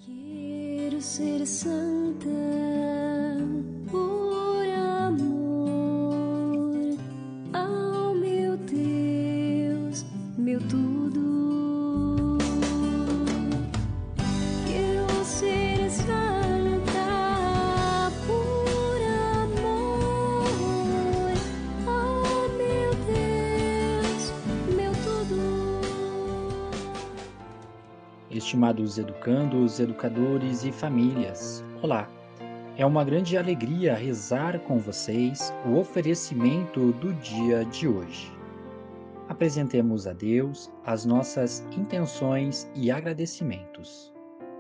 Quero ser santa por amor ao meu Deus, meu tudo. Quero ser santa por amor ao meu Deus, meu tudo. Estimados educandos, educadores e famílias, olá! É uma grande alegria rezar com vocês o oferecimento do dia de hoje. Apresentemos a Deus as nossas intenções e agradecimentos.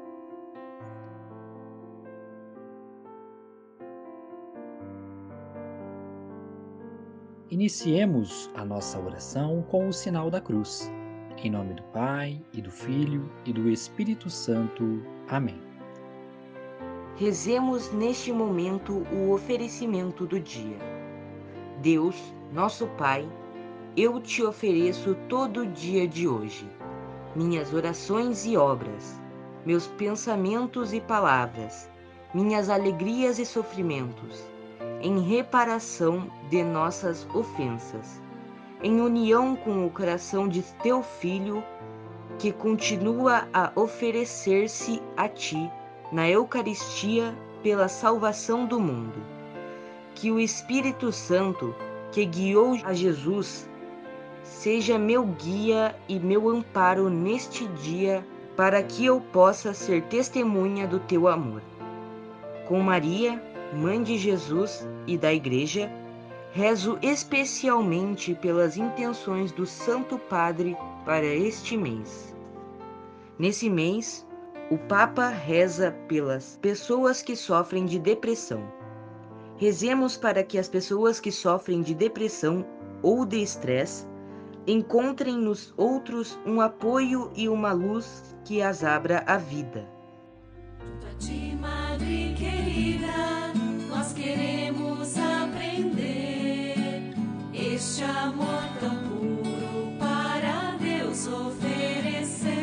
Iniciemos a nossa oração com o sinal da cruz. Em nome do Pai, e do Filho, e do Espírito Santo. Amém. Rezemos neste momento o oferecimento do dia. Deus, nosso Pai, eu te ofereço todo o dia de hoje, minhas orações e obras, meus pensamentos e palavras, minhas alegrias e sofrimentos, em reparação de nossas ofensas, em união com o coração de teu Filho, que continua a oferecer-se a ti na Eucaristia pela salvação do mundo. Que o Espírito Santo, que guiou a Jesus, seja meu guia e meu amparo neste dia, para que eu possa ser testemunha do teu amor. Com Maria, Mãe de Jesus e da Igreja, rezo especialmente pelas intenções do Santo Padre para este mês. Nesse mês, o Papa reza pelas pessoas que sofrem de depressão. Rezemos para que as pessoas que sofrem de depressão ou de estresse encontrem nos outros um apoio e uma luz que as abra a vida. Junto a ti, Madre querida, nós queremos aprender este amor tão puro para Deus oferecer.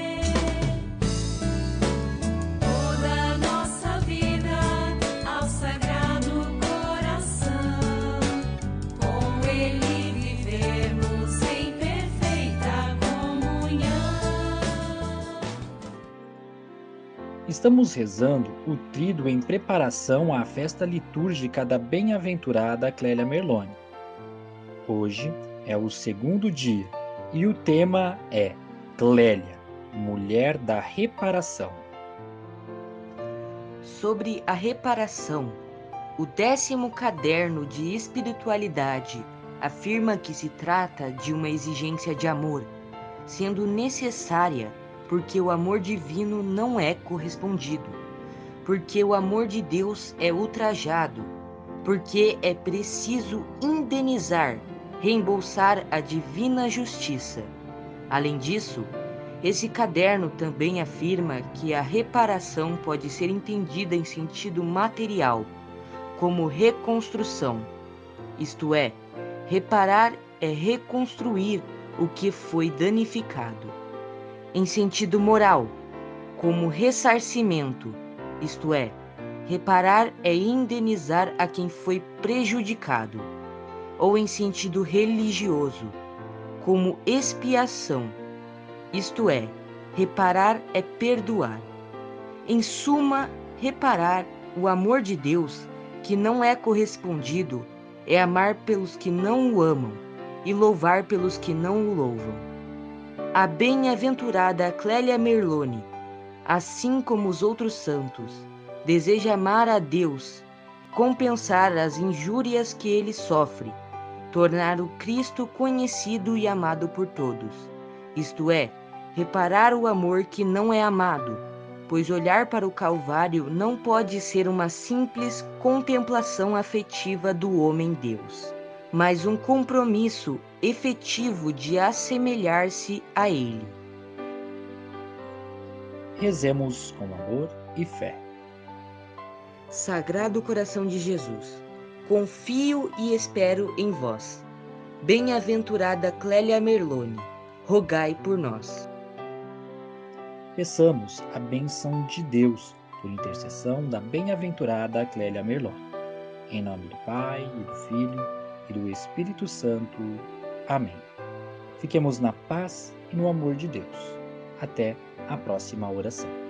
Toda a nossa vida ao Sagrado Coração, com Ele vivermos em perfeita comunhão. Estamos rezando o tríduo em preparação à festa litúrgica da bem-aventurada Clélia Merlone. Hoje é o segundo dia e o tema é Clélia, Mulher da Reparação. Sobre a reparação, o 10º caderno de espiritualidade afirma que se trata de uma exigência de amor, sendo necessária porque o amor divino não é correspondido, porque o amor de Deus é ultrajado, porque é preciso indenizar, reembolsar a divina justiça. Além disso, esse caderno também afirma que a reparação pode ser entendida em sentido material, como reconstrução. Isto é, reparar é reconstruir o que foi danificado. Em sentido moral, como ressarcimento, isto é, reparar é indenizar a quem foi prejudicado. Ou em sentido religioso, como expiação, isto é, reparar é perdoar. Em suma, reparar o amor de Deus, que não é correspondido, é amar pelos que não o amam e louvar pelos que não o louvam. A bem-aventurada Clélia Merlone, assim como os outros santos, deseja amar a Deus, compensar as injúrias que ele sofre, tornar o Cristo conhecido e amado por todos, isto é, reparar o amor que não é amado, pois olhar para o Calvário não pode ser uma simples contemplação afetiva do homem-Deus, mas um compromisso efetivo de assemelhar-se a Ele. Rezemos com amor e fé. Sagrado Coração de Jesus, confio e espero em vós. Bem-aventurada Clélia Merlone, rogai por nós. Peçamos a bênção de Deus por intercessão da bem-aventurada Clélia Merlot. Em nome do Pai, e do Filho, e do Espírito Santo. Amém. Fiquemos na paz e no amor de Deus. Até a próxima oração.